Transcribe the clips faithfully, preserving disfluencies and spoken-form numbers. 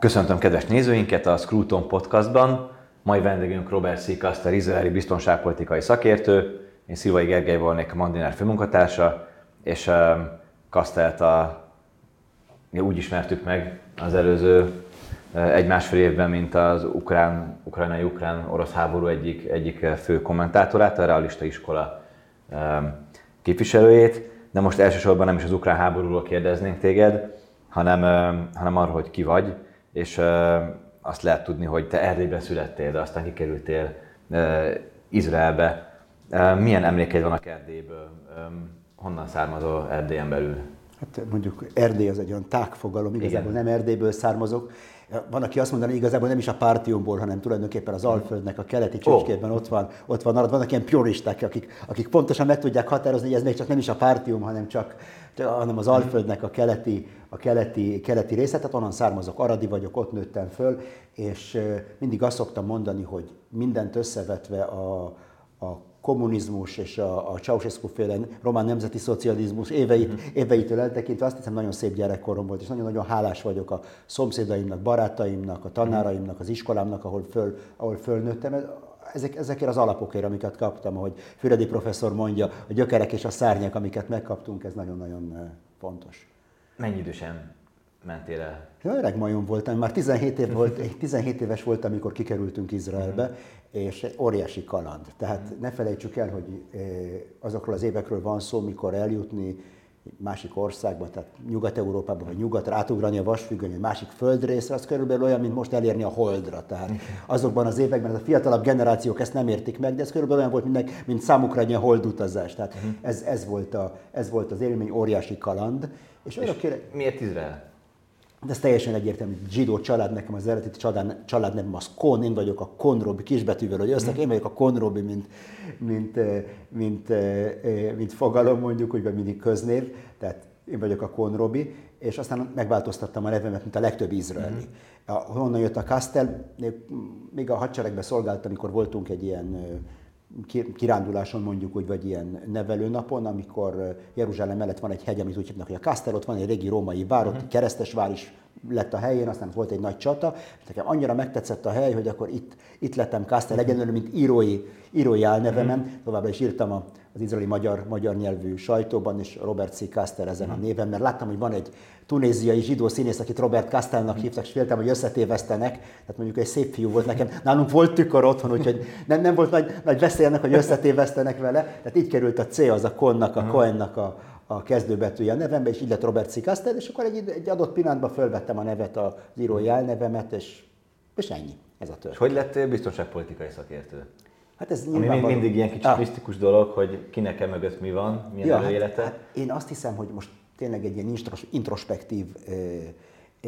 Köszöntöm kedves nézőinket a Scruton podcastban. Mai vendégünk Robert C. Kastel, izraeli biztonságpolitikai szakértő. Én Szilvai Gergely volnék, a Mandinár főmunkatársa, és Kastelt a, úgy ismertük meg az előző egy-másfél évben, mint az ukrán, ukrajnai-ukrán-orosz háború egyik, egyik fő kommentátorát, a realista iskola képviselőjét. De most elsősorban nem is az ukrán háborúról kérdeznénk téged, hanem, hanem arról, hogy ki vagy, és azt lehet tudni, hogy te Erdélyben születtél, de aztán kikerültél Izraelbe. Milyen emlékeid vannak Erdélyből? Honnan származol Erdélyen belül? Hát mondjuk Erdély az egy olyan tágfogalom, igazából Igen. nem Erdélyből származok. Van, aki azt mondaná, hogy igazából nem is a Partiumból, hanem tulajdonképpen az Alföldnek a keleti csücskében oh. ott van, ott van, vannak ilyen pioristák, akik, akik pontosan meg tudják határozni, hogy ez még csak nem is a Partium, hanem csak, hanem az Alföldnek a keleti, a keleti, keleti része, tehát onnan származok, aradi vagyok, ott nőttem föl, és mindig azt szoktam mondani, hogy mindent összevetve a, a kommunizmus és a, a Ceausescu-féle román nemzeti szocializmus éveit, uh-huh. éveitől eltekintve azt hiszem nagyon szép gyerekkorom volt, és nagyon-nagyon hálás vagyok a szomszédaimnak, barátaimnak, a tanáraimnak, az iskolámnak, ahol, föl, ahol fölnőttem. Ezek, ezekért az alapokért, amiket kaptam, ahogy Füredi professzor mondja, a gyökerek és a szárnyak, amiket megkaptunk, ez nagyon-nagyon fontos. Mennyi idősen mentél el? Ja, öreg majom voltam, már tizenhét, év volt, tizenhét éves voltam, amikor kikerültünk Izraelbe, uh-huh. és óriási kaland. Tehát uh-huh. ne felejtsük el, hogy azokról az évekről van szó, mikor eljutni másik országba, tehát Nyugat-Európába, vagy nyugatra, átugrani a vasfüggöny egy másik földrészre, az körülbelül olyan, mint most elérni a Holdra. Tehát azokban az években a fiatalabb generációk ezt nem értik meg, de ez körülbelül olyan volt, mint, mint számukra egy ilyen holdutazás. Tehát uh-huh. ez, ez, volt a, ez volt az élmény, óriási kaland. És, és örökére... miért Izrael? De ez teljesen egyértelmű, zsidó család, nekem az eredeti család nevem az Kon, én vagyok a Konrobi kisbetűvel, hogy összek, én vagyok a Konrobi, mint, mint, mint, mint, mint fogalom mondjuk, úgy vagy mindig köznév, tehát én vagyok a Konrobi, és aztán megváltoztattam a nevemet, mint a legtöbb izraeli. Mm. Honnan jött a Kastel, még a hadseregben szolgáltam, amikor voltunk egy ilyen kiránduláson mondjuk úgy, vagy ilyen nevelőnapon, amikor Jeruzsálem mellett van egy hegy, amit úgy hívnak, hogy a Kastel, ott van egy régi római vár, ott uh-huh. keresztes vár is lett a helyén, aztán volt egy nagy csata. Nekem annyira megtetszett a hely, hogy akkor itt, itt lettem Kastel, uh-huh. egyenlően, mint írói, írói álnevemen. Uh-huh. Továbbra is írtam a, az izraeli magyar, magyar nyelvű sajtóban, és Robert C. Kastel ezen uh-huh. a néven, mert láttam, hogy van egy tunéziai zsidó színész, akit Robert Kastelnak hívtak, és féltem, hogy összetévesztenek. Tehát mondjuk egy szép fiú volt nekem. Nálunk volt tükör otthon, úgyhogy nem, nem volt nagy, nagy veszélynek, hogy összetévesztenek vele. Tehát így került a C, az a Konnak, a uh-huh. Cohennak a, a kezdőbetűje a nevembe, és így lett Robert C. Kastel, és akkor egy, egy adott pillanatban fölvettem a nevet, az írói álnevemet, és, és ennyi. Ez a történet. És hogy lettél biztonságpolitikai szakértő? Hát ez Ami mind, mindig ilyen kicsit ah. misztikus dolog, hogy kinek e mögött mi van, milyen ja, előélete. Hát, hát én azt hiszem, hogy most tényleg egy ilyen introspektív ö, ö,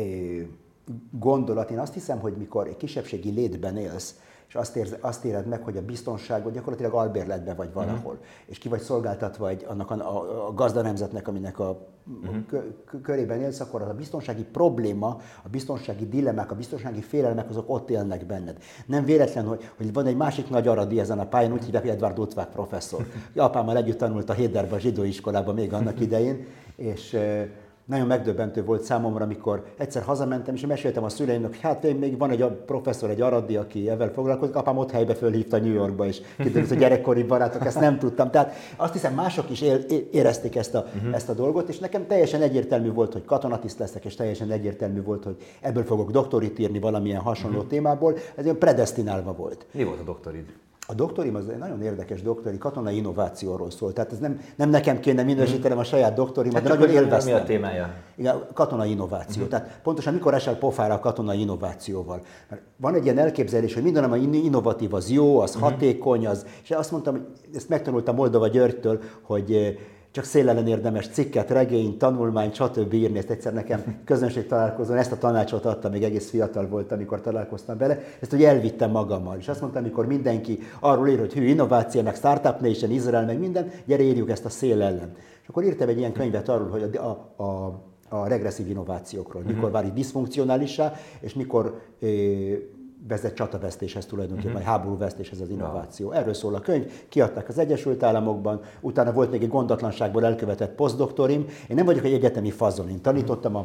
gondolat. Én azt hiszem, hogy mikor egy kisebbségi létben élsz, és azt, érz, azt éred meg, hogy a biztonságot gyakorlatilag albérletben vagy valahol, uh-huh. és ki vagy szolgáltatva egy, annak a, a, a gazdanemzetnek, aminek a uh-huh. kö, körében élsz, akkor az a biztonsági probléma, a biztonsági dilemmák, a biztonsági félelmek, azok ott élnek benned. Nem véletlen, hogy, hogy van egy másik nagy aradi ezen a pályán, úgy hívják, hogy Edward Utvák professzor. Apámmal együtt tanult a Héderbe a zsidó iskolában még annak idején, és nagyon megdöbbentő volt számomra, amikor egyszer hazamentem, és meséltem a szüleimnek, hogy hát még van egy professzor, egy aradi, aki ezzel foglalkozik, apám ott helybe fölhívta New Yorkba, és kiderült, hogy gyerekkori barátok, ezt nem tudtam. Tehát azt hiszem, mások is érezték ezt a, uh-huh. ezt a dolgot, és nekem teljesen egyértelmű volt, hogy katonatiszt leszek, és teljesen egyértelmű volt, hogy ebből fogok doktorit írni valamilyen hasonló uh-huh. témából. Ez olyan predesztinálva volt. Mi volt a doktorid? A doktorim az egy nagyon érdekes doktori, katonai innovációról szól. Tehát ez nem, nem nekem kéne minősítenem a saját doktorimat, de nagyon élveztem. Mi a témája? Igen, katonai innováció. Uh-huh. Tehát pontosan mikor esel pofára a katonai innovációval. Mert van egy ilyen elképzelés, hogy minden, ami innovatív, az jó, az uh-huh. hatékony, az, és azt mondtam, hogy ezt megtanultam Moldova Györgytől, hogy csak széllelen érdemes cikket, regényt, tanulmányt, stb. Írni. Ezt egyszer nekem közönség találkozón ezt a tanácsot adta, még egész fiatal volt, amikor találkoztam vele. Ezt ugye elvittem magammal. És azt mondtam, amikor mindenki arról ír, hogy hű, innováció, meg Startup Nation, Izrael, meg minden, gyere írjuk ezt a szél ellen. És akkor írtam egy ilyen könyvet arról, hogy a, a, a, a regresszív innovációkról, mikor válik diszfunkcionálissá, és mikor é, vezet csatavesztéshez tulajdonképpen, uh-huh. vagy háborúvesztéshez az innováció. Ja. Erről szól a könyv, kiadták az Egyesült Államokban, utána volt még egy gondatlanságból elkövetett posztdoktorim. Én nem vagyok egy egyetemi fazon, én tanítottam a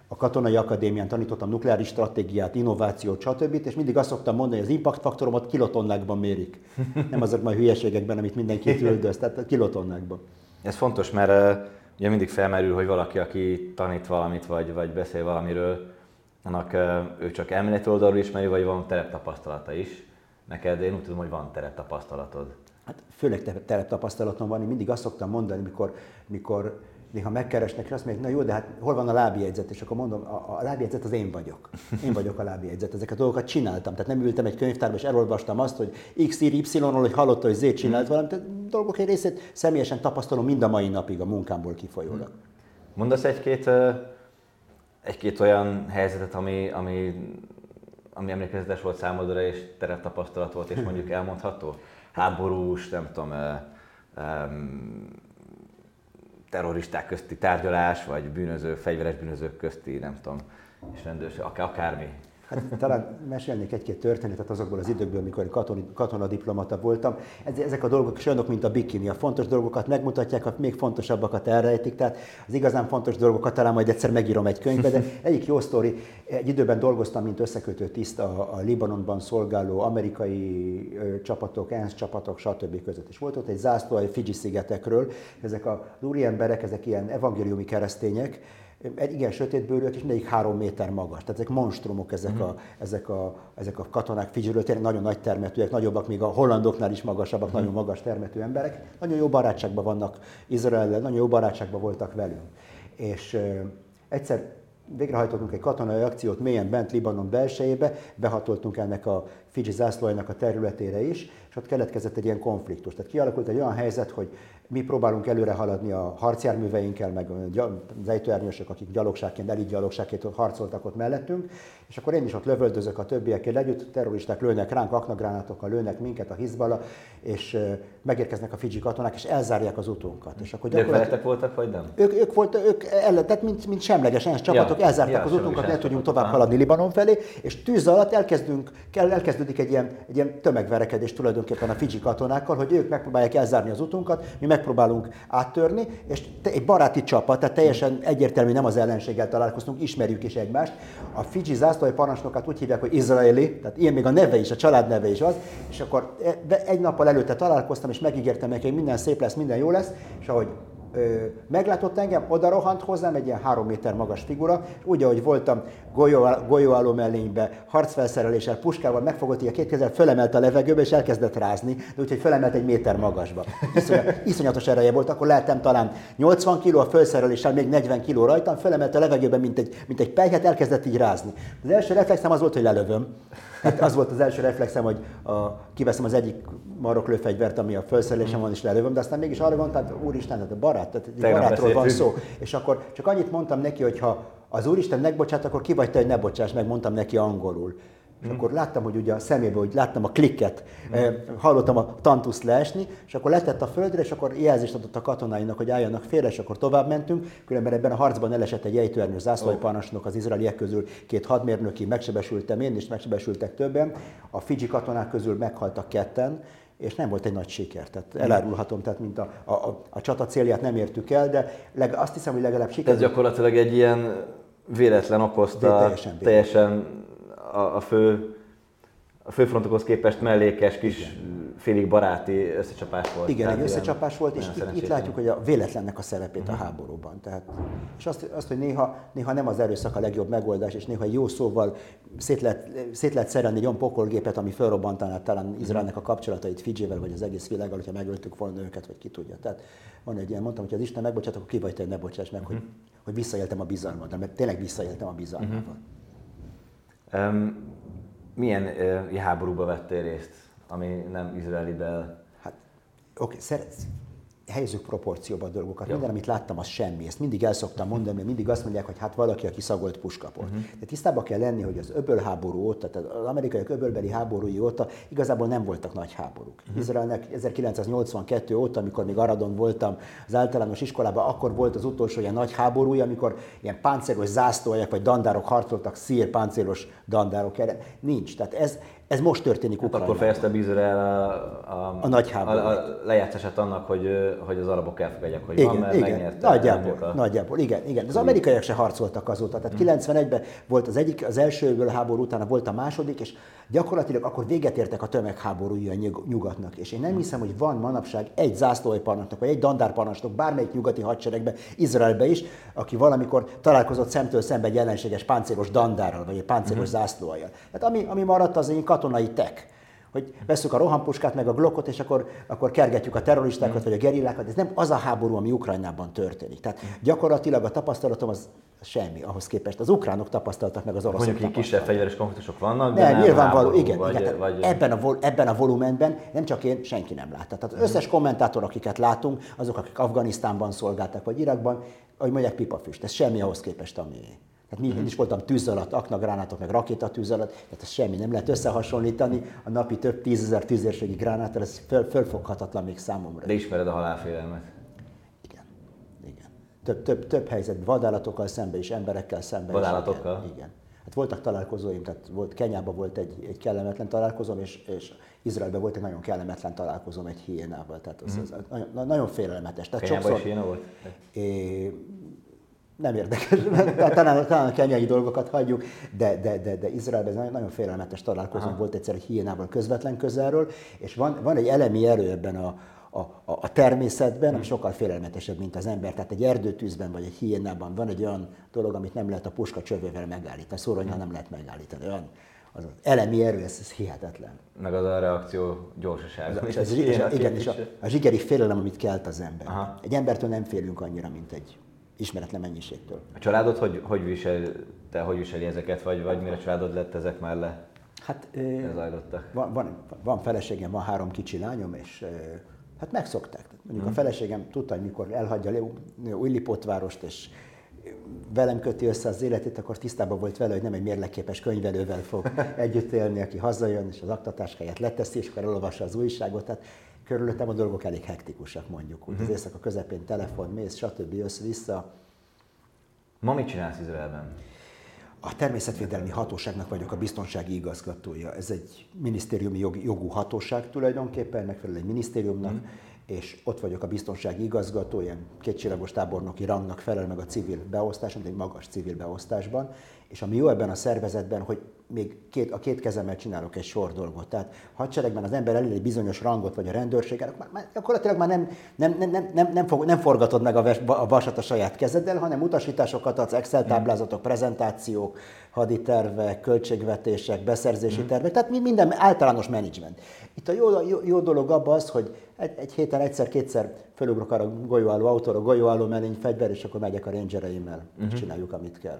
a katonai akadémián tanítottam nukleáris stratégiát, innovációt, stb. És mindig azt szoktam mondani, hogy az impact faktoromat kilotonnákban mérik. Nem azokban a hülyeségekben, amit mindenki üldöz, tehát kilotonnákban. Ez fontos, mert uh, ugye mindig felmerül, hogy valaki, aki tanít valamit, vagy, vagy beszél valamiről, annak uh, ő csak elméleti oldalról ismeri, vagy van tereptapasztalata is. Neked én úgy tudom, hogy van tereptapasztalatod. Hát főleg tereptapasztalatom van, én mindig azt szoktam mondani, mikor, mikor néha megkeresnek, és azt mondják, na jó, de hát hol van a lábjegyzet? És akkor mondom, a, a lábjegyzet az én vagyok. Én vagyok a lábjegyzet. Ezeket a dolgokat csináltam. Tehát nem ültem egy könyvtárba, és elolvastam azt, hogy X ír Y-ról, hogy hallotta, hogy Z csinált valamit. Tehát dolgok egy részét személyesen tapasztalom mind a mai napig a munkámból kifolyólag. Mondasz egy-két, egy-két olyan helyzetet, ami, ami, ami emlékezetes volt számodra, és tereptapasztalat volt, és mondjuk elmondható? Háborús, nem tudom, um, terroristák közti tárgyalás, vagy bűnöző, fegyveres bűnözők közti, nem tudom, és rendőrség, akár, akármi. Hát talán mesélnék egy-két történetet azokból az időkből, amikor katoni, katonadiplomata voltam. Ezek a dolgok is olyanok, mint a bikini. A fontos dolgokat megmutatják, a még fontosabbakat elrejtik. Tehát az igazán fontos dolgokat talán majd egyszer megírom egy könyvbe, de egyik jó sztori. Egy időben dolgoztam, mint összekötő tiszt a, a Libanonban szolgáló amerikai ö, csapatok, ENSZ csapatok, stb. Között. És volt ott egy zászló a Fidzsi-szigetekről. Ezek az úriemberek, ezek ilyen evangéliumi keresztények, egy igen sötétbőrűek, és mindegyik három méter magas. Tehát ezek monstrumok, ezek a, ezek a, ezek a katonák Fidzsiről, tényleg nagyon nagy termetűek, nagyobbak, még a hollandoknál is magasabbak, mm. nagyon magas termetű emberek. Nagyon jó barátságban vannak Izraellel, nagyon jó barátságban voltak velünk. És uh, egyszer végrehajtottunk egy katonai akciót mélyen bent Libanon belsejébe, behatoltunk ennek a Fidzsi zászlójának a területére is, és ott keletkezett egy ilyen konfliktus. Tehát kialakult egy olyan helyzet, hogy mi próbálunk előre haladni a harcjárműveinkkel, meg az ejtőernyősök, akik gyalogságként, elit gyalogságként harcoltak ott mellettünk, és akkor én is ott lövöldözök a többiekkel együtt, terroristák lőnek ránk, aknagránátokkal lőnek minket, a Hizbala, és megérkeznek a fidzsi katonák, és elzárják az utunkat. És akkor ők veletek voltak, vagy nem? Ők, ők voltak, ők ellen, tehát mint, mint semleges ENSZ csapatok, ja, elzárták ja, az utunkat, ne tudjunk tovább haladni Libanon felé, és tűz alatt elkezdünk, kell, elkezdődik egy ilyen, egy ilyen tömegverekedés tulajdonképpen a fidzsi katonákkal, hogy ők megpróbálják elzárni az utunkat, mi megpróbálunk áttörni, és egy baráti csapat, tehát teljesen egyértelmű, nem az ellenséggel találkoztunk, ismerjük is egymást. A fidzsi zászlói parancsnokat úgy hívják, hogy izraeli, tehát ilyen még a neve is, a család neve is az, és akkor egy nappal előtte találkoztam, és megígértem neki, hogy minden szép lesz, minden jó lesz, és ahogy ö, meglátott engem, oda rohant hozzám egy ilyen három méter magas figura, és úgy, ahogy voltam golyó, golyóálló mellénybe, harcfelszereléssel, puskával, megfogott így a két kezel, fölemelt a levegőbe, és elkezdett rázni, de úgyhogy fölemelt egy méter magasba. Iszonyat, iszonyatos ereje volt, akkor lehetem talán nyolcvan kiló, a felszereléssel még negyven kiló rajtam, fölemelt a levegőbe, mint egy, mint egy pelyhet, elkezdett így rázni. Az első reflexem az volt, hogy lelövöm. Hát az volt az első reflexem, hogy a, kiveszem az egyik maroklőfegyvert, ami a felszerelésem van, és lelövöm, de aztán mégis arra mondtam, hogy úristen, hát a barát, tehát egy barátról van szó. És akkor csak annyit mondtam neki, hogy ha az úristen megbocsát, akkor ki vagy te, hogy ne bocsáss meg, mondtam neki angolul. És mm. akkor láttam, hogy ugye a szemébe, hogy láttam a klikket, mm. eh, hallottam a tantuszt leesni, és akkor letett a földre, és akkor jelzést adott a katonáinak, hogy álljanak félre, és akkor tovább mentünk. Különben ebben a harcban elesett egy ejtőernyős zászlói parancsnok, az izraeliek közül két hadmérnöki, megsebesültem én, és megsebesültek többen. A fidzsi katonák közül meghaltak ketten, és nem volt egy nagy siker. Tehát elárulhatom, tehát mint a, a, a, a csata célját nem értük el, de leg, azt hiszem, hogy legalább sikerült. Ez gyakorlatilag egy ilyen véletlen okozta, teljesen, teljesen a, a fő a főfrontokhoz képest mellékes, kis, igen, félig baráti összecsapás volt. Igen, egy összecsapás volt, és itt, itt látjuk, hogy a véletlennek a szerepét uh-huh. a háborúban. Tehát, és azt, azt, hogy néha, néha nem az erőszak a legjobb megoldás, és néha egy jó szóval szét lehet, szét lehet szerelni egy olyan pokolgépet, ami felrobbantaná talán Izraelnek a kapcsolatait Fidzsivel, vagy az egész világgal, hogyha megöltük volna őket, vagy ki tudja. Tehát van egy ilyen, mondtam, hogy az Isten megbocsát, akkor ki vagy te, ne bocsáss meg, uh-huh. hogy, hogy visszaéltem a bizalmaddal, mert tényleg visszaéltem a bizalmával. Uh-huh. Um, Milyen uh, háborúba vettél részt, ami nem izraelivel? Hát, oké, okay, helyezzük proporcióba a dolgokat. Jó. Minden, amit láttam, az semmi. Ezt mindig el szoktam mondani, mert mindig azt mondják, hogy hát valaki, aki szagolt puskaport. Uh-huh. De tisztában kell lenni, hogy az öbölháború óta, tehát az amerikaiak öbölbeli háborúi óta igazából nem voltak nagy háborúk. Uh-huh. Izraelnek ezerkilencszáznyolcvankettő óta, amikor még Aradon voltam az általános iskolában, akkor volt az utolsó ilyen nagy háborúja, amikor ilyen páncélos zászlóaljak vagy dandárok harcoltak szír páncélos dandárok ellen. Nincs. Tehát ez, Ez most történik hát Ukrajnában. Akkor fejezte Izrael a, a, a nagy háború. A, a lejátszását annak, hogy, hogy az arabok elfogadják, hogy igen, van, mert igen, megnyerte. nagyjából, a... nagyjából, igen, igen. Az amerikaiak se harcoltak azóta. Tehát hmm. kilencvenegyben volt az egyik, az első háború utána volt a második, és gyakorlatilag akkor véget értek a tömegháborúja nyugatnak. És én nem hiszem, hogy van manapság egy zászlóaljparancsnok, vagy egy dandárparancsnok bármelyik nyugati hadseregben, Izraelbe is, aki valamikor találkozott szemtől szemben egy ellenséges páncélos dandárral, vagy egy páncélos hmm. zászlóaljal. Tehát ami, ami maradt, az egy katonai tek. Hogy vesszük a rohampuskát, meg a glokkot, és akkor, akkor kergetjük a terroristákat, mm. vagy a gerillákat. Ez nem az a háború, ami Ukrajnában történik. Tehát gyakorlatilag a tapasztalatom az semmi ahhoz képest. Az ukránok tapasztaltak meg az oroszok. Mondjuk, hogy kisebb fegyveres konfliktusok vannak, de nem, nem nyilvánvaló, háború, igen, vagy, igen. Vagy... Ebben, a vol, ebben a volumenben nem csak én, senki nem látta. Tehát az összes kommentátor, akiket látunk, azok, akik Afganisztánban szolgáltak, vagy Irakban, ahogy mondják, pipafüst. Ez semmi ahhoz képest, ami... Tehát mi, én is voltam tűz alatt, aknagránátok, meg rakétatűz alatt, tehát ez semmi nem lehet összehasonlítani. A napi több tízezer tüzérségi gránáttal, ez föl, fölfoghatatlan még számomra. De ismered a halálfélelmet? Igen, igen. Több, több, több helyzetben, vadállatokkal szemben is, emberekkel szemben Vadállatokkal? is. Igen, igen. Hát voltak találkozóim, tehát volt, Kenyában volt egy, egy kellemetlen találkozóm, és, és Izraelben volt egy nagyon kellemetlen találkozóm egy hiénával. Tehát az, az, az, nagyon, nagyon félelmetes. Tehát Kenyában sokszor, is hiéna volt? É, nem érdekes, talán, talán a kenyai dolgokat hagyjuk, de, de, de, de Izraelben ez nagyon félelmetes találkozón volt egyszer egy hiénával közvetlen közelről, és van, van egy elemi erő ebben a, a, a természetben, ami sokkal félelmetesebb, mint az ember. Tehát egy erdőtűzben vagy egy hiénában van egy olyan dolog, amit nem lehet a puska csövővel megállítani, szóronyal nem lehet megállítani. Olyan, az elemi erő, ez, ez hihetetlen. Meg az a reakció gyorsasága. Az, az, és a, igen, és a, a zsigeri félelem, amit kelt az ember. Aha. Egy embertől nem félünk annyira, mint egy ismeretlen mennyiségtől. A családod hogy, hogy viselte, hogy viseli ezeket, vagy, vagy mire a családod lett ezek mellé? Hát van, van, van feleségem, van három kicsi lányom, és hát megszokták. Mondjuk hmm. a feleségem tudta, hogy mikor elhagyja Újlipótvárost, és velem köti össze az életét, akkor tisztában volt vele, hogy nem egy mérlegképes könyvelővel fog együtt élni, aki hazajön, és az aktatáskáját leteszi, és akkor elolvassa az újságot. Tehát körülöttem a dolgok elég hektikusak, mondjuk. Uh-huh. Az éjszaka közepén telefon, mész, stb. Jössz vissza. Ma mit csinálsz Izraelben? A Természetvédelmi Hatóságnak vagyok a biztonsági igazgatója. Ez egy minisztériumi jog, jogú hatóság tulajdonképpen, megfelel egy minisztériumnak, uh-huh. és ott vagyok a biztonsági igazgató, ilyen kétcsillagos tábornoki rangnak felel meg a civil beosztáson, egy magas civil beosztásban. És ami jó ebben a szervezetben, hogy még két, a két kezemmel csinálok egy sor dolgot. Tehát hadseregben az ember elér egy bizonyos rangot, vagy a rendőrségen, már, már, gyakorlatilag már nem, nem, nem, nem, nem, nem, fog, nem forgatod meg a, ves, a vasat a saját kezeddel, hanem utasításokat adsz, Excel táblázatok, prezentációk, haditervek, költségvetések, beszerzési mm. tervek, tehát minden általános menedzsment. Itt a jó, jó, jó dolog abban az, hogy egy, egy héten egyszer-kétszer fölugrok arra a golyóálló autóra, golyóálló mellény fegyver, és akkor megyek a rangereimmel, mm-hmm. és csináljuk, amit kell.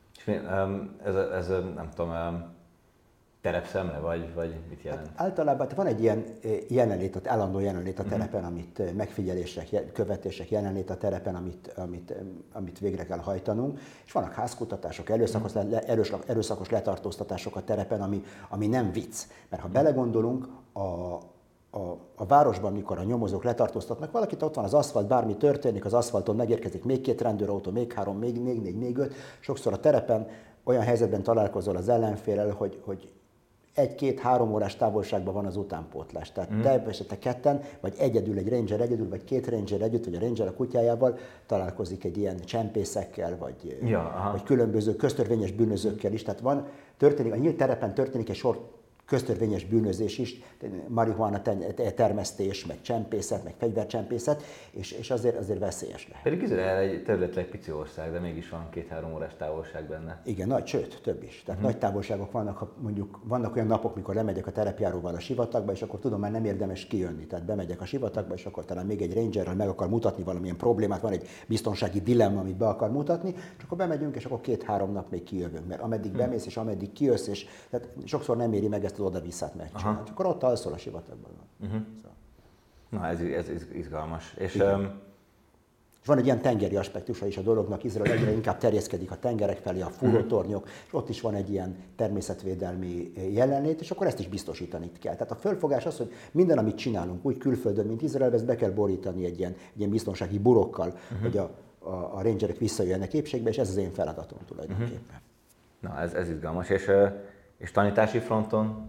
Ez, ez nem tudom, terepszemle, vagy, vagy mit jelent? Hát általában van egy ilyen jelenlét, állandó jelenlét a terepen, uh-huh. amit megfigyelések, követések, jelenlét a terepen, amit, amit, amit végre kell hajtanunk, és vannak házkutatások, erőszakos, uh-huh. erős, erőszakos letartóztatások a terepen, ami, ami nem vicc. Mert ha belegondolunk, a A, a városban, mikor a nyomozók letartóztatnak valakit, ott van az aszfalt, bármi történik, az aszfalton megérkezik még két rendőrautó, még három, még négy, még, még öt. Sokszor a terepen olyan helyzetben találkozol az ellenféllel, hogy, hogy egy-két-három órás távolságban van az utánpótlás. Tehát mm. te esetleg ketten, vagy egyedül egy ranger egyedül, vagy két ranger együtt, vagy a ranger a kutyájával találkozik egy ilyen csempészekkel, vagy, ja, vagy különböző köztörvényes bűnözőkkel is. Tehát van, történik, a nyílt terepen történik egy sor köztörvényes bűnözés is, marihuána termesztés, meg csempészet, meg fegyvercsempészet, és, és azért, azért veszélyes lehet. Pedig Izrael egy területileg pici ország, de mégis van két-három órás távolság benne. Igen, nagy, sőt, több is. Tehát uh-huh. nagy távolságok vannak, ha mondjuk vannak olyan napok, mikor lemegyek a terepjáróval a sivatagba, és akkor tudom, már nem érdemes kijönni. Tehát bemegyek a sivatagba, és akkor talán még egy rangerrel meg akar mutatni valamilyen problémát, van egy biztonsági dilemma, amit be akar mutatni, és akkor bemegyünk, és akkor két-három nap még kijövünk. Mert ameddig uh-huh. bemész, és ameddig kijössz, és tehát sokszor nem éri meg ezt az oda-visszát megcsinálni. Akkor ott alszol a sivatagban. Uh-huh. Szóval. Na, ez, ez izgalmas. És, um... és van egy ilyen tengeri aspektusa is a dolognak, Izrael egyre inkább terjeszkedik a tengerek felé, a fúrótornyok, és ott is van egy ilyen természetvédelmi jelenlét, és akkor ezt is biztosítani kell. Tehát a fölfogás az, hogy minden, amit csinálunk, úgy külföldön, mint Izraelben, ezt be kell borítani egy ilyen, egy ilyen biztonsági burokkal, uh-huh. hogy a, a, a rangerek visszajöjjenek épségbe, és ez az én feladatom tulajdonképpen. Uh-huh. Na, ez, ez izgalmas. És, és tanítási fronton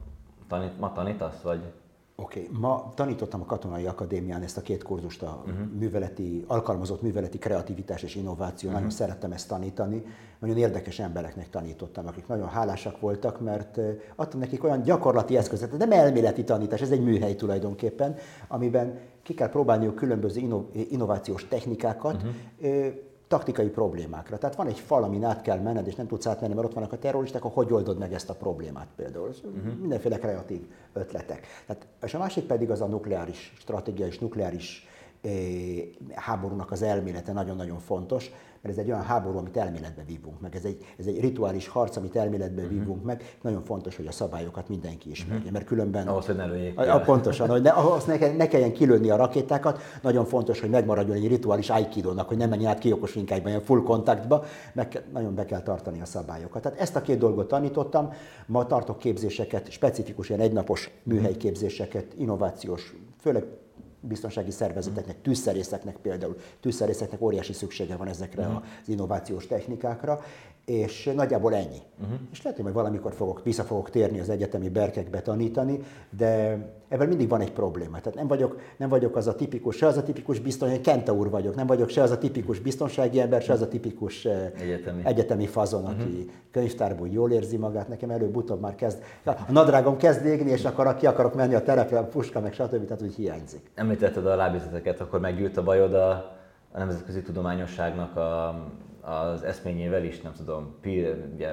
Tanít, ma tanítasz, vagy? Oké, okay. Ma tanítottam a Katonai Akadémián ezt a két kurzust, a uh-huh. műveleti, alkalmazott műveleti kreativitás és innováció. Uh-huh. Nagyon szerettem ezt tanítani. Nagyon érdekes embereknek tanítottam, akik nagyon hálásak voltak, mert adtam nekik olyan gyakorlati eszközet, de nem elméleti tanítás, ez egy műhely tulajdonképpen, amiben ki kell próbálniuk különböző innovációs technikákat, uh-huh. taktikai problémákra. Tehát van egy fal, amin át kell menned, és nem tudsz átmenni, mert ott vannak a terroristák, akkor hogy oldod meg ezt a problémát például. Uh-huh. Mindenféle kreatív ötletek. Tehát, és a másik pedig az a nukleáris stratégia és nukleáris eh, háborúnak az elmélete nagyon-nagyon fontos, mert ez egy olyan háború, amit elméletbe vívunk meg. Ez egy, ez egy rituális harc, amit elméletbe uh-huh. vívunk meg. Nagyon fontos, hogy a szabályokat mindenki ismerje, uh-huh. mert különben... Ahhoz, hogy ne lőjék. A, pontosan, hogy ne, ahhoz ne, ne kelljen kilőni a rakétákat. Nagyon fontos, hogy megmaradjon egy rituális aikidónak, hogy nem menjen át kiokos inkább ilyen full kontaktba, meg nagyon be kell tartani a szabályokat. Tehát ezt a két dolgot tanítottam. Ma tartok képzéseket, specifikus ilyen egynapos műhelyképzéseket, innovációs, főleg biztonsági szervezeteknek, tűzszerészeknek például, tűzszerészeknek óriási szüksége van ezekre uh-huh. az innovációs technikákra, és nagyjából ennyi. Uh-huh. És lehet, hogy majd valamikor fogok, vissza fogok térni az egyetemi berkekbe tanítani, de ebben mindig van egy probléma. Tehát nem vagyok, nem vagyok az a tipikus, se az a tipikus biztonsági, kentaur vagyok, nem vagyok se az a tipikus biztonsági ember, se az a tipikus egyetemi, egyetemi fazon, aki uh-huh. könyvtárból jól érzi magát. Nekem előbb-utóbb már kezd, a nadrágom kezd égni, és akkor ki akarok menni a terepre, a puska, meg stb. Tehát úgy hiányzik. Említetted a lábjegyzeteket, akkor meggyűlt a bajod a, a nemzetközi tudományosságnak a az eszményével is, nem tudom, peer, ugye,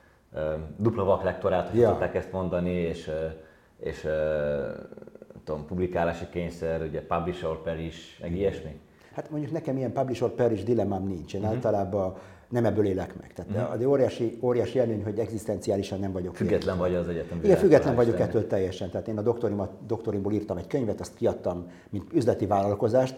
dupla vaklektorát, hogy ja. tudták ezt mondani, és, és tudom, publikálási kényszer, ugye publish or perish, meg ilyesmi? Hát mondjuk nekem ilyen publish or perish dilemmám nincs, én uh-huh. általában nem ebből élek meg. Tehát uh-huh. az óriási, óriási előny, hogy egzisztenciálisan nem vagyok. Független vagy az egyetem. Igen, független vagyok tenni. ettől teljesen. Tehát én a doktorimat, doktorimból írtam egy könyvet, azt kiadtam, mint üzleti vállalkozást.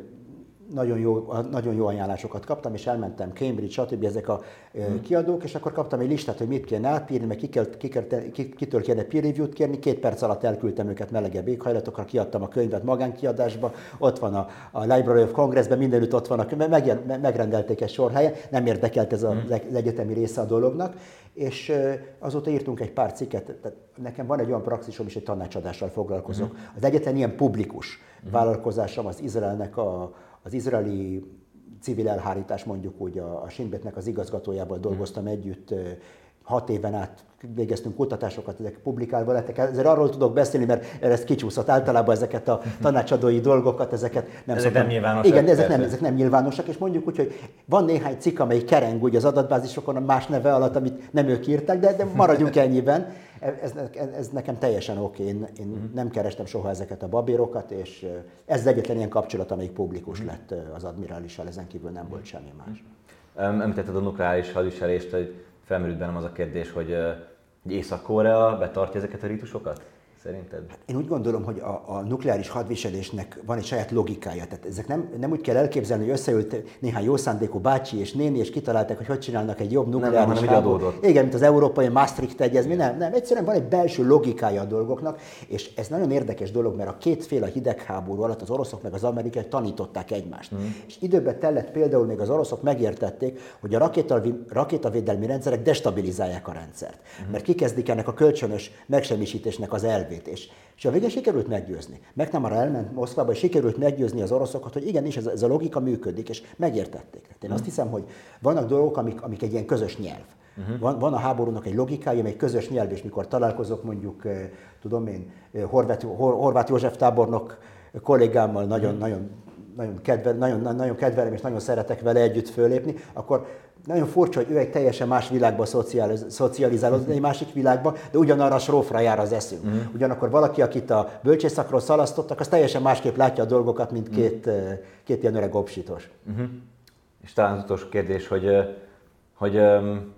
Nagyon jó, nagyon jó ajánlásokat kaptam, és elmentem Cambridge, stb. Ezek a hmm. kiadók, és akkor kaptam egy listát, hogy mit kéne átírni, meg ki kell, ki kell, ki, kitől kéne peer review-t kérni, két perc alatt elküldtem őket melegebb éghajlatokra, kiadtam a könyvet magánkiadásba, ott van a, a Library of Congress-ben, mindenütt ott van, a, meg, megrendelték egy sor helyen, nem érdekelt ez az, az egyetemi része a dolognak, és azóta írtunk egy pár cikket, tehát nekem van egy olyan praxisom is, hogy tanácsadással foglalkozok. Hmm. Az egyetlen ilyen publikus hmm. vállalkozásom az Izraelnek a az izraeli civil elhárítás, mondjuk úgy a, a Shin Betnek az igazgatójával dolgoztam hmm. együtt, hat éven át végeztünk kutatásokat, ezek publikálva lettek. Ezért arról tudok beszélni, mert ez kicsúszott. Általában ezeket a tanácsadói dolgokat, ezeket nem ezek szoktam. nem nyilvánosak. Igen, ezek nem, ezek nem nyilvánosak, és mondjuk úgy, hogy van néhány cikk, amely kereng úgy az adatbázisokon a más neve alatt, amit nem ők írták, de, de maradjunk ennyiben. Ez, ez nekem teljesen oké, én, én uh-huh. nem kerestem soha ezeket a babérokat, és ez az egyetlen ilyen kapcsolat, amelyik publikus uh-huh. lett az admirálissal, ezen kívül nem volt semmi más. Említetted a nukleáris hadviselést, hogy felmerült bennem az a kérdés, hogy, hogy Észak-Korea betartja ezeket a rítusokat? Szerinted? Én úgy gondolom, hogy a, a nukleáris hadviselésnek van egy saját logikája. Tehát ezek nem, nem úgy kell elképzelni, hogy összeült néhány jó szándékú bácsi és néni, és kitalálták, hogy hogy csinálnak egy jobb nukleáris háborút. Igen, mint az európai Maastricht egyezmény. Nem, nem, egyszerűen van egy belső logikája a dolgoknak, és ez nagyon érdekes dolog, mert a két fél a hidegháború alatt az oroszok meg az amerikai tanították egymást. Mm. És időben tellett például még az oroszok megértették, hogy a rakétavédelmi rendszerek destabilizálják a rendszert. Mm. Mert kikezdik ennek a kölcsönös megsemmisítésnek az elvét. És, és a végén sikerült meggyőzni. McNamara elment Moszkvába, és sikerült meggyőzni az oroszokat, hogy igenis ez, ez a logika működik, és megértették. Tehát én azt hiszem, hogy vannak dolgok, amik, amik egy ilyen közös nyelv. Uh-huh. Van, van a háborúnak egy logikája, egy közös nyelv, és mikor találkozok mondjuk, tudom én, Horváth, Horváth József tábornok kollégámmal, nagyon, uh-huh. nagyon, nagyon, kedvel, nagyon, nagyon kedvelem, és nagyon szeretek vele együtt fölépni, akkor nagyon furcsa, hogy ő egy teljesen más világba szocializálódott, egy másik világba, de ugyanarra a srófra jár az eszünk. Uh-huh. Ugyanakkor valaki, akit a bölcsészakról szalasztottak, az teljesen másképp látja a dolgokat, mint két, uh-huh. két ilyen öreg obsitos. Uh-huh. És talán az utolsó kérdés, hogy, hogy um,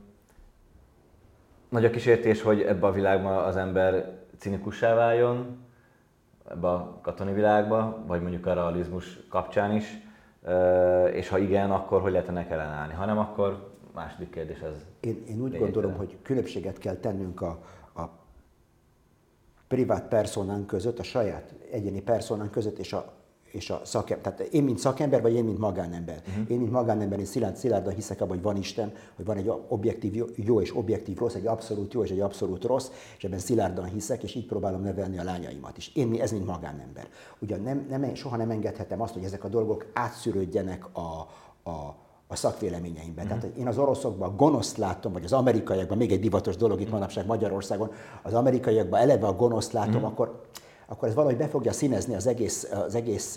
nagy a kísértés, hogy ebbe a világban az ember cinikussá váljon, ebbe a katonai világba, vagy mondjuk a realizmus kapcsán is. Uh, és ha igen, akkor hogy lehet ennek ellenállni? Ha nem, akkor második kérdés ez. Én, én úgy gondolom, hogy különbséget kell tennünk a, a privát personánk között, a saját egyéni personánk között és a, és a szakember, tehát én mint szakember, vagy én mint magánember. Uh-huh. Én mint magánember, én szilárd, szilárdan hiszek abban, hogy van Isten, hogy van egy objektív jó és objektív rossz, egy abszolút jó és egy abszolút rossz, és ebben szilárdan hiszek, és így próbálom nevelni a lányaimat is. Én ez mint magánember. Ugyan nem, nem, soha nem engedhetem azt, hogy ezek a dolgok átszűrődjenek a, a a szakvéleményeimben. Mm. Tehát én az oroszokban gonoszt látom, vagy az amerikaiakban, még egy divatos dolog itt manapság Magyarországon, az amerikaiakban eleve a gonoszt látom, mm. akkor, akkor ez valahogy be fogja színezni az egész, az egész,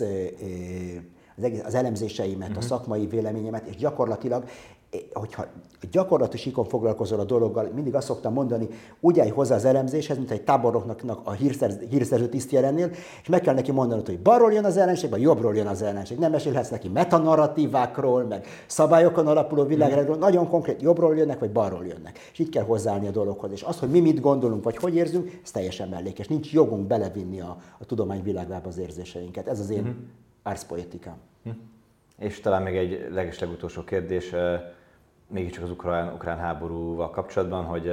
az, egész, az elemzéseimet, mm. a szakmai véleményemet, és gyakorlatilag, hogyha gyakorlati síkon foglalkozol a dologgal, mindig azt szoktam mondani, úgy állj hozzá az elemzéshez, mint egy tábornoknak a hírszerző, hírszerző tisztje lennél, és meg kell neki mondanod, hogy balról jön az ellenség, vagy jobbról jön az ellenség. Nem mesélhetsz neki metanarratívákról, meg szabályokon alapuló világról, mm. nagyon konkrét, jobbról jönnek, vagy balról jönnek. És így kell hozzáállni a dologhoz. És az, hogy mi mit gondolunk, vagy hogy érzünk, ez teljesen mellékes. Nincs jogunk belevinni a, a tudomány világába az érzéseinket. Ez az én mm. árszpoetikám. Mm. És talán még egy legeslegutolsó kérdés, mégiscsak az ukrán, ukrán háborúval kapcsolatban, hogy,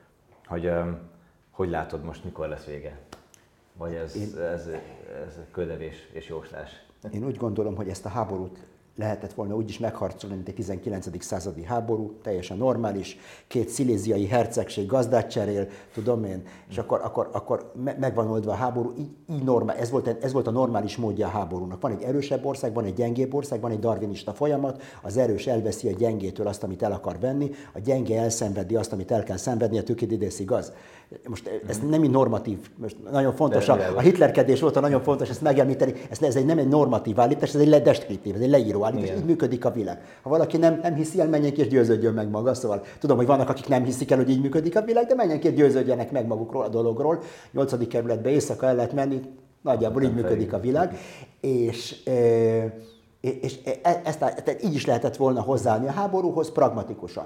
hogy hogy látod most, mikor lesz vége? Vagy ez, Én... ez, ez ködevés és jóslás? Én úgy gondolom, hogy ezt a háborút lehetett volna úgy is megharcolni, mint egy tizenkilencedik századi háború, teljesen normális, két sziléziai hercegség gazdát cserél, tudom én, és akkor, akkor, akkor meg van oldva a háború, így, így normál, ez, volt, ez volt a normális módja a háborúnak. Van egy erősebb ország, van egy gyengébb ország, van egy darwinista folyamat, az erős elveszi a gyengétől azt, amit el akar venni, a gyenge elszenvedi azt, amit el kell szenvedni, a Thukydides igaz. Most ez nem egy normatív, most nagyon fontos, a, a hitlerkedés volt, nagyon fontos ezt megemlíteni, ez, ez egy, nem egy normatív állítás, ez egy deskriptív, ez egy leíró állítás, így működik a világ. Ha valaki nem, nem hiszi el, menjen ki és győződjön meg maga. Szóval tudom, hogy vannak, akik nem hiszik el, hogy így működik a világ, de menjen ki és győződjenek meg magukról a dologról. nyolcadik kerületbe éjszaka el lehet menni, nagyjából így működik a világ. És, e, és ezt, ezt így is lehetett volna hozzáállni a háborúhoz pragmatikusan.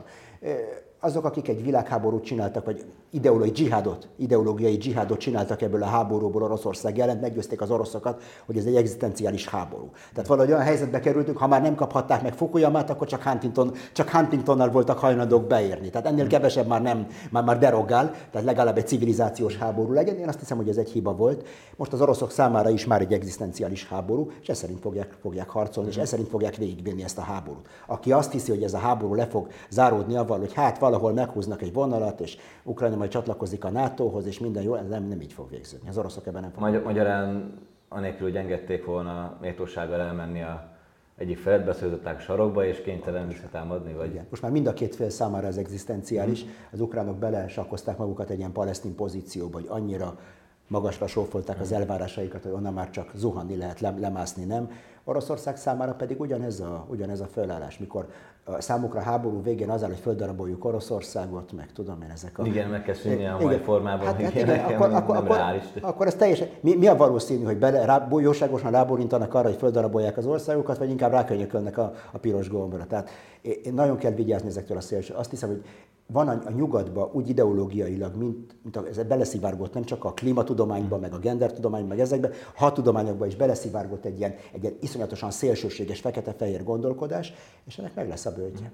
Azok, akik egy világháborút csináltak, vagy ideológiai dzsihádot, ideológiai dzsihádot csináltak ebből a háborúból Oroszország ellen, meggyőzték az oroszokat, hogy ez egy egzisztenciális háború. Tehát valahogy olyan helyzetbe kerültünk, ha már nem kaphatták meg Fukuyamát, akkor csak, Huntington, csak Huntingtonnal voltak hajlandók beérni. Tehát ennél kevesebb már nem, már, már derogál, tehát legalább egy civilizációs háború legyen. Én azt hiszem, hogy ez egy hiba volt. Most az oroszok számára is már egy egzisztenciális háború, és ez szerint fogják, fogják harcolni, és ez szerint fogják végigvinni ezt a háborút. Aki azt hiszi, hogy ez a háború le fog záródni avval, hogy hát valahol meghúznak egy vonalat, és Ukrajna majd csatlakozik a nátóhoz, és minden jó, ez nem, nem így fog végződni. Az oroszok ebben nem fognak. Magyar, magyarán anélkül, hogy engedték volna méltósággal elmenni a egyik felet, beszorították sarokba, és kénytelen visszatámadni? Vagy? Igen. Most már mind a két fél számára ez egzisztenciális. Mm. Az ukránok belesakkozták magukat egy ilyen palesztin pozícióba, hogy annyira magasra sófolták az elvárásaikat, hogy onnan már csak zuhanni lehet, lemászni nem. Oroszország számára pedig ugyanez a, ugyanez a fölállás, mikor a számukra a háború végén az áll, hogy földaraboljuk Oroszországot, meg tudom én ezek a... Igen, meg kell szűnni a mai formában, hát, igen, hát igen, akkor, nem, akkor, nem akkor, reális. Akkor ez teljesen... Mi, mi a valószínű, hogy bele, rá, jóságosan rábólintanak arra, hogy földarabolják az országokat, vagy inkább rákönyökölnek a, a piros gombra. Tehát én nagyon kell vigyázni ezektől a szélső. Azt hiszem, hogy van a, a nyugatban úgy ideológiailag, mint, mint a, ez beleszivárgott nem csak a klímatudományban, meg a gendertudományban, meg ezekben, a tudományokban is beleszivárgott egy ilyen, egy ilyen iszonyatosan szélsőséges, fekete-fehér gondolkodás, és ennek meg lesz a bőtje.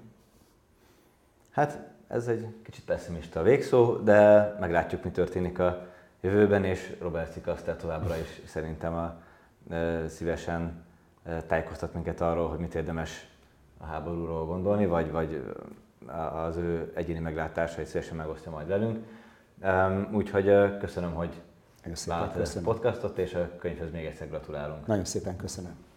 Hát ez egy kicsit pessimista végszó, de meglátjuk, mi történik a jövőben, és Robert Cikaszter továbbra is szerintem a, e, szívesen e, tájékoztat minket arról, hogy mit érdemes a háborúról gondolni, vagy, vagy az ő egyéni meglátásait szívesen megosztja majd velünk. Úgyhogy köszönöm, hogy vállaltad ezt a podcastot, és a könyvhez még egyszer gratulálunk. Nagyon szépen köszönöm.